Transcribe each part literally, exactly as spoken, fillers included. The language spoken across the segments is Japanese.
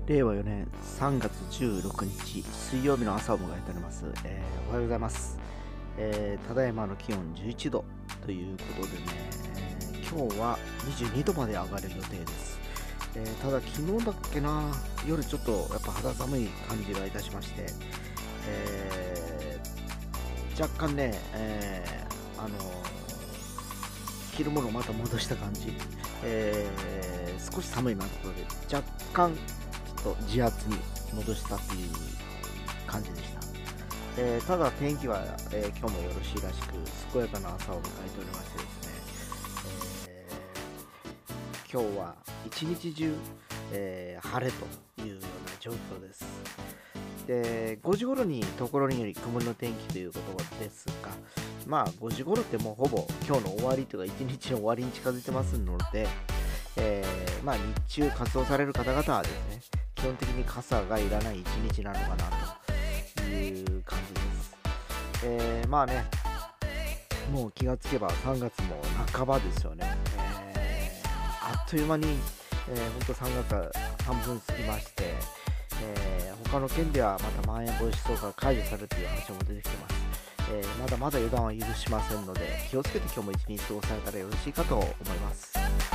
れいわよねんさんがつじゅうろくにち水曜日の朝を迎えております。えーおはようございます。えーただいまの気温じゅういちどということでね、えー今日はにじゅうにどまで上がる予定です。えーただ昨日だっけな、夜ちょっとやっぱ肌寒い感じがいたしまして、えー若干ね、えーあの着るものをまた戻した感じ、えー少し寒いなところで若干ちょっと自圧に戻したという感じでした。えーただ天気は、えー今日もよろしいらしく健やかな朝を迎えておりましてですね、えー今日は一日中、えー晴れというような状況です。でごじ頃にところにより曇りの天気ということですが、まあごじ頃ってもうほぼ今日の終わりというか一日の終わりに近づいてますので、えーまあ日中活動される方々はですね、基本的に傘がいらない一日なのかなという感じです。えーまあね、もう気がつけばさんがつも半ばですよね。えーあっという間に、えー、ほんとさんがつは半分過ぎまして、えー他の県ではまたまん延防止等が解除されるという話も出てきてます。えーまだまだ予断は許しませんので、気をつけて今日も一日過ごされたらよろしいかと思います。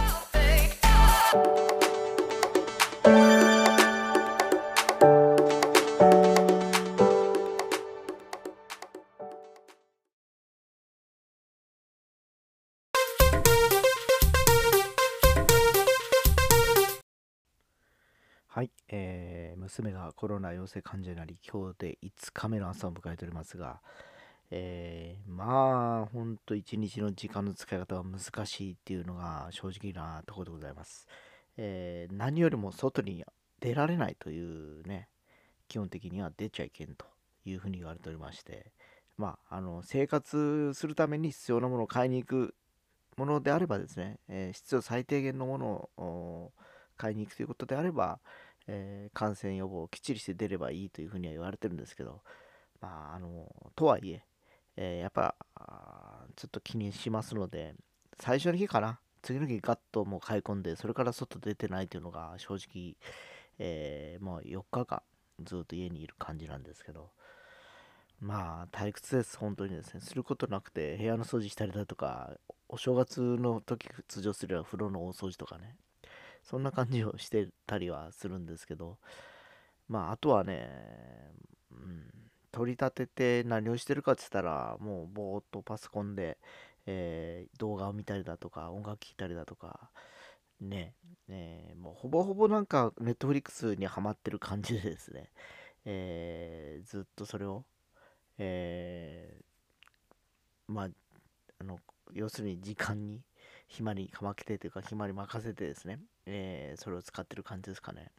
はい、えー娘がコロナ陽性患者になり、今日でいつかめの朝を迎えておりますが、えーまあ、ほんと一日の時間の使い方は難しいっていうのが正直なところでございます。えー何よりも外に出られないというね、基本的には出ちゃいけんというふうに言われておりまして、まあ、あの生活するために必要なものを買いに行くものであればですね、えー必要最低限のものをお買いに行くということであれば、えー感染予防をきっちりして出ればいいというふうには言われてるんですけど、まあ、あのとはいえ、えーやっぱあーちょっと気にしますので、最初の日かな、次の日ガッともう買い込んで、それから外出てないというのが正直、えーもうよっかかんずっと家にいる感じなんですけど、まあ退屈です、本当にですね。することなくて部屋の掃除したりだとか、お正月の時通常すれば風呂の大掃除とかね、そんな感じをしてたりはするんですけど、まああとはね、うん、取り立てて何をしてるかって言ったら、もうぼーっとパソコンで、えー動画を見たりだとか、音楽聴いたりだとか、ね、ねもうほぼほぼなんかネットフリックスにはまってる感じでですね、えーずっとそれを、えーまあ、あの、要するに時間に暇にかまけてというか、暇に任せてですね、えーそれを使ってる感じですかね。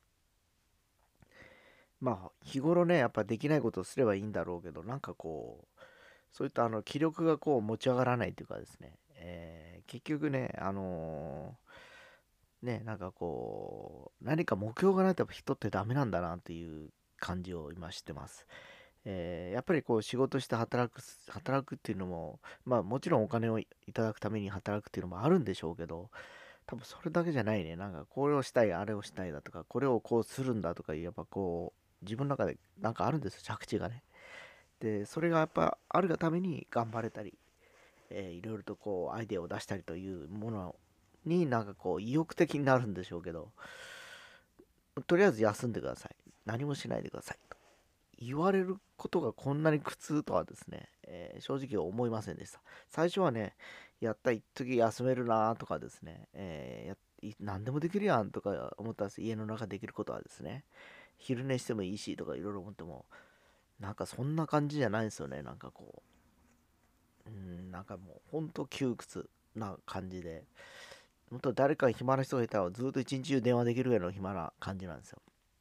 まあ、日頃ね、やっぱできないことをすればいいんだろうけど、なんかこう、そういったあの気力がこう持ち上がらないというかですね、えー結局ね、あのーね、なんかこう、何か目標がないとやっぱ人ってダメなんだなっていう感じを今してます。えーやっぱりこう仕事して働く、働くっていうのも、まあもちろんお金をいただくために働くっていうのもあるんでしょうけど、多分それだけじゃないね。なんかこれをしたい、あれをしたいだとか、これをこうするんだとかいう、やっぱこう、自分の中でなんかあるんですよ、着地がね。で、それがやっぱあるがために頑張れたり、えーいろいろとこうアイデアを出したりというものになんかこう意欲的になるんでしょうけど、とりあえず休んでください。何もしないでください。と言われることがこんなに苦痛とはですね、えー正直思いませんでした。最初はね、やった、一時休めるなとかですね、えーやい何でもできるやんとか思ったんです。家の中できることはですね、昼寝してもいいしとかいろいろ思っても、なんかそんな感じじゃないんですよね。なんかこう、うん、なんかもうほんと窮屈な感じで、本当誰か暇な人がいたらずっと一日中電話できるぐらいの暇な感じなんですよ。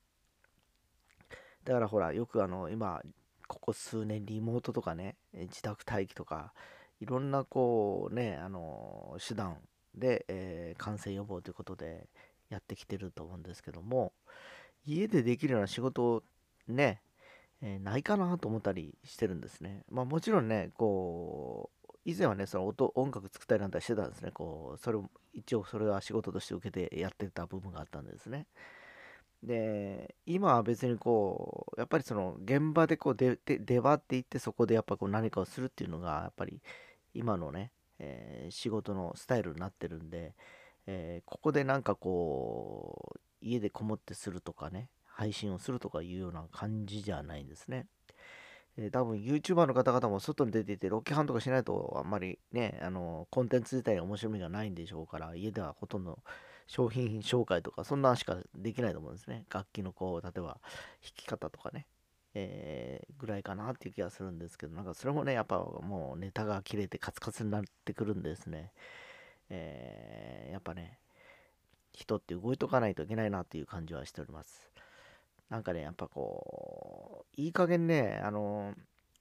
だからほら、よくあの、今、ここ数年リモートとかね、え自宅待機とか、いろんなこうね、あの、手段で、えー感染予防ということでやってきてると思うんですけども、家でできるような仕事をね、えーないかなと思ったりしてるんですね。まあもちろんね、こう、以前はね、その音、音楽作ったりなんかしてたんですね。こう、それを、一応それは仕事として受けてやってた部分があったんですね。 で、今は別にこう、やっぱりその現場でこう出て出張っていって、そこでやっぱこう何かをするっていうのが、やっぱり今のね、えー仕事のスタイルになってるんで、えーここでなんかこう、家でこもってするとかね、配信をするとかいうような感じじゃないんですね。えー多分 YouTuber の方々も外に出ていてロケハンとかしないとあんまりね、あのコンテンツ自体に面白みがないんでしょうから、家ではほとんど商品紹介とかそんなんしかできないと思うんですね。楽器のこう、例えば弾き方とかね、えーぐらいかなっていう気がするんですけど、なんかそれもね、やっぱもうネタが切れてカツカツになってくるんですね。えーやっぱね、人って動いとかないといけないなっていう感じはしております。なんかね、やっぱこう、いい加減ね、あの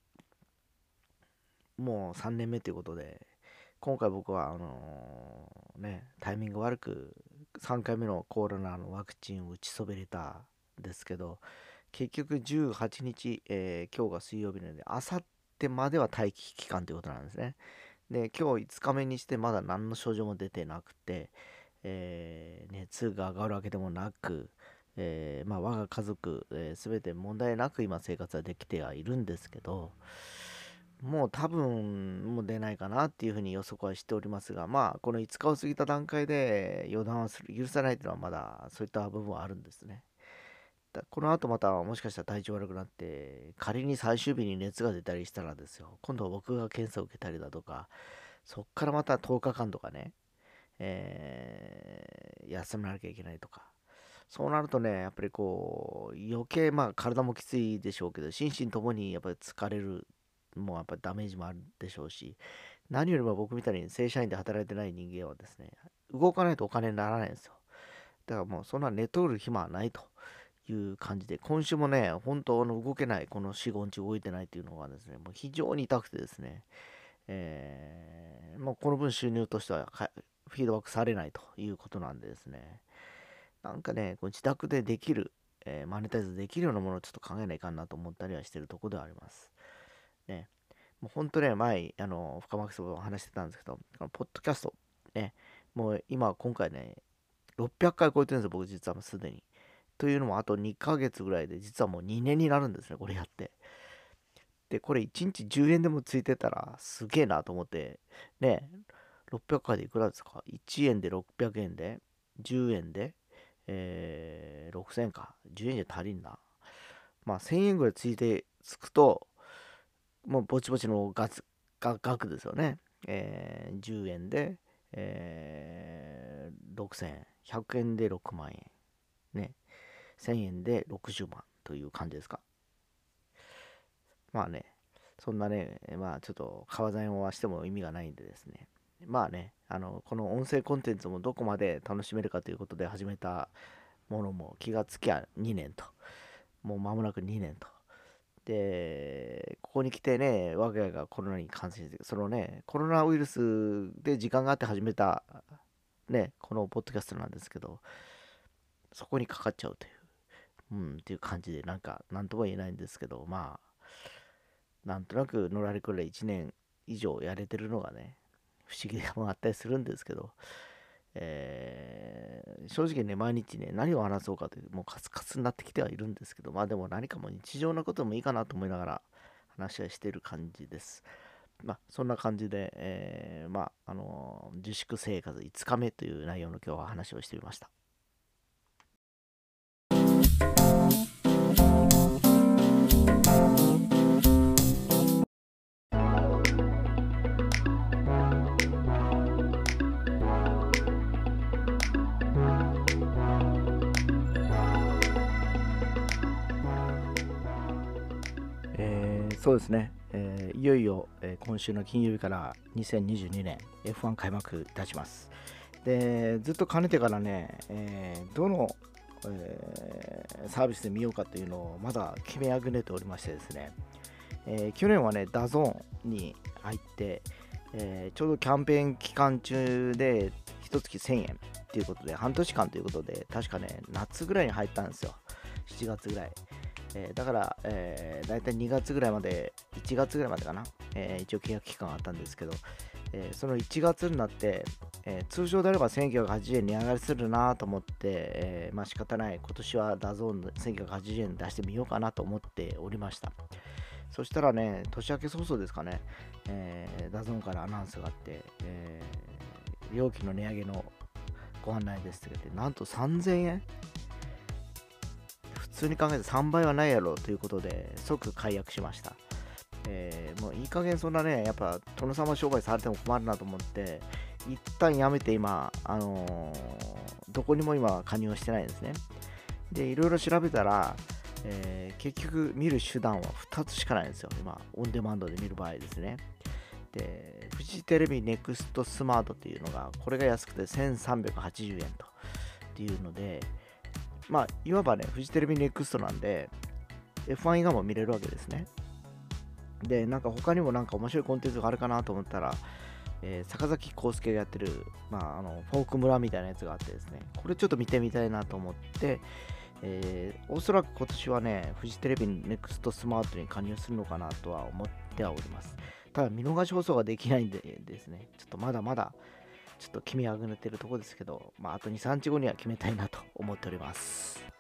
もうさんねんめということで、今回僕はあのね、タイミング悪くさんかいめのコロナのワクチンを打ちそびれたんですけど、結局じゅうはちにち、えー今日が水曜日なので、あさってまでは待機期間ということなんですね。で、今日いつかめにしてまだ何の症状も出てなくて、えー熱が上がるわけでもなく、えーまあ、我が家族、えー、全て問題なく今生活はできてはいるんですけど、もう多分もう出ないかなっていうふうに予測はしておりますが、まあこのいつかを過ぎた段階で予断はする許さないというのはまだそういった部分はあるんですね。だこの後またもしかしたら体調悪くなって、仮に最終日に熱が出たりしたらですよ、今度は僕が検査を受けたりだとか、そっからまたとおかかんとかね、えー休まなきゃいけないとか、そうなるとね、やっぱりこう、余計まあ体もきついでしょうけど、心身ともにやっぱり疲れる、もうやっぱりダメージもあるでしょうし、何よりも僕みたいに正社員で働いてない人間はですね、動かないとお金にならないんですよ。だからもうそんな寝とる暇はないという感じで、今週もね、本当の動けない、このよん、ごにち動いてないっていうのがですね、もう非常に痛くてですね、えー、もうこの分収入としてはかフィードバックされないということなんでですね、なんかね、こう自宅でできる、えーマネタイズできるようなものをちょっと考えないかんなと思ったりはしてるところではあります。ね。もうほんとね、前、あの、深巻さんと話してたんですけど、このポッドキャスト、ね、もう今、今回ね、ろっぴゃっかい超えてるんですよ、僕実はもうすでに。というのも、あとにかげつぐらいで、実はもうにねんになるんですね、これやって。で、これいちにちじゅうえんでもついてたら、すげえなと思って、ね、ろっぴゃっかいでいくらですか？ いち 円でろっぴゃくえんで、じゅうえんで、えー、ろくせんか。じゅうえんじゃ足りんな。まあ、せんえんぐらいついてつくと、もうぼちぼちの額が額ですよね。えー、じゅうえんで、えー、ろくせんえん。ひゃくえんでろくまん円。ね。せんえんでろくじゅうまんという感じですか。まあね、そんなね、まあちょっと川材をはしても意味がないんでですね。まあね、あの、この音声コンテンツもどこまで楽しめるかということで始めたものも気がつきゃにねんと。もう間もなくにねんと。で、ここに来てね、我が家がコロナに感染して、そのね、コロナウイルスで時間があって始めた、ね、このポッドキャストなんですけど、そこにかかっちゃうという、うん、っていう感じで、なんか、なんとも言えないんですけど、まあ、なんとなくのらりくらいいちねん以上やれてるのがね、不思議でもあったりするんですけど、えー正直ね、毎日ね、何を話そうかという、もうカツカツになってきてはいるんですけど、まあでも何かも日常のことでもいいかなと思いながら話はしている感じです。まあそんな感じで、えーまああのー自粛生活いつかめという内容の今日は話をしてみました。えーそうですね、えーいよいよ、えー今週の金曜日からにせんにじゅうにねん エフワン 開幕いたします。で、ずっとかねてからね、えーどの、えーサービスで見ようかというのをまだ決めあぐねておりましてですね、えー去年はね、ダゾーンに入って、えーちょうどキャンペーン期間中でいちがつせんえんということで、半年間ということで、確かね、夏ぐらいに入ったんですよ。しちがつぐらい。えーだから、えー、だいたいにがつぐらいまで、いちがつぐらいまでかな、えー一応契約期間があったんですけど、えーそのいちがつになって、 えー通常であればせんきゅうひゃくはちじゅうえん値上がりするなと思って、えーまあ仕方ない、今年はダゾーンでせんきゅうひゃくはちじゅうえん出してみようかなと思っておりました。そしたらね、年明け早々ですかね、えーダゾーンからアナウンスがあって、えー料金の値上げのご案内ですって言って、なんとさんぜんえん、普通に考えてさんばいはないやろということで、即解約しました。えーもういい加減そんなね、やっぱ殿様商売されても困るなと思って、一旦やめて今、あのーどこにも今加入をしてないんですね。で、いろいろ調べたら、えー結局見る手段はふたつしかないんですよ。今、オンデマンドで見る場合ですね。で、フジテレビネクストスマートっていうのが、これが安くてせんさんびゃくはちじゅうえんとっていうので、まあ、いわばね、フジテレビネクストなんで、エフワン 以外も見れるわけですね。で、なんか他にもなんか面白いコンテンツがあるかなと思ったら、えー坂崎康介がやってる、まあ、あのフォーク村みたいなやつがあってですね、これちょっと見てみたいなと思って、えーおそらく今年はね、フジテレビネクストスマートに加入するのかなとは思ってはおります。ただ、見逃し放送ができないんでですね、ちょっとまだまだ、ちょっと決めあぐねてるところですけど、まあ、あとに、さんにちごには決めたいなと思っております。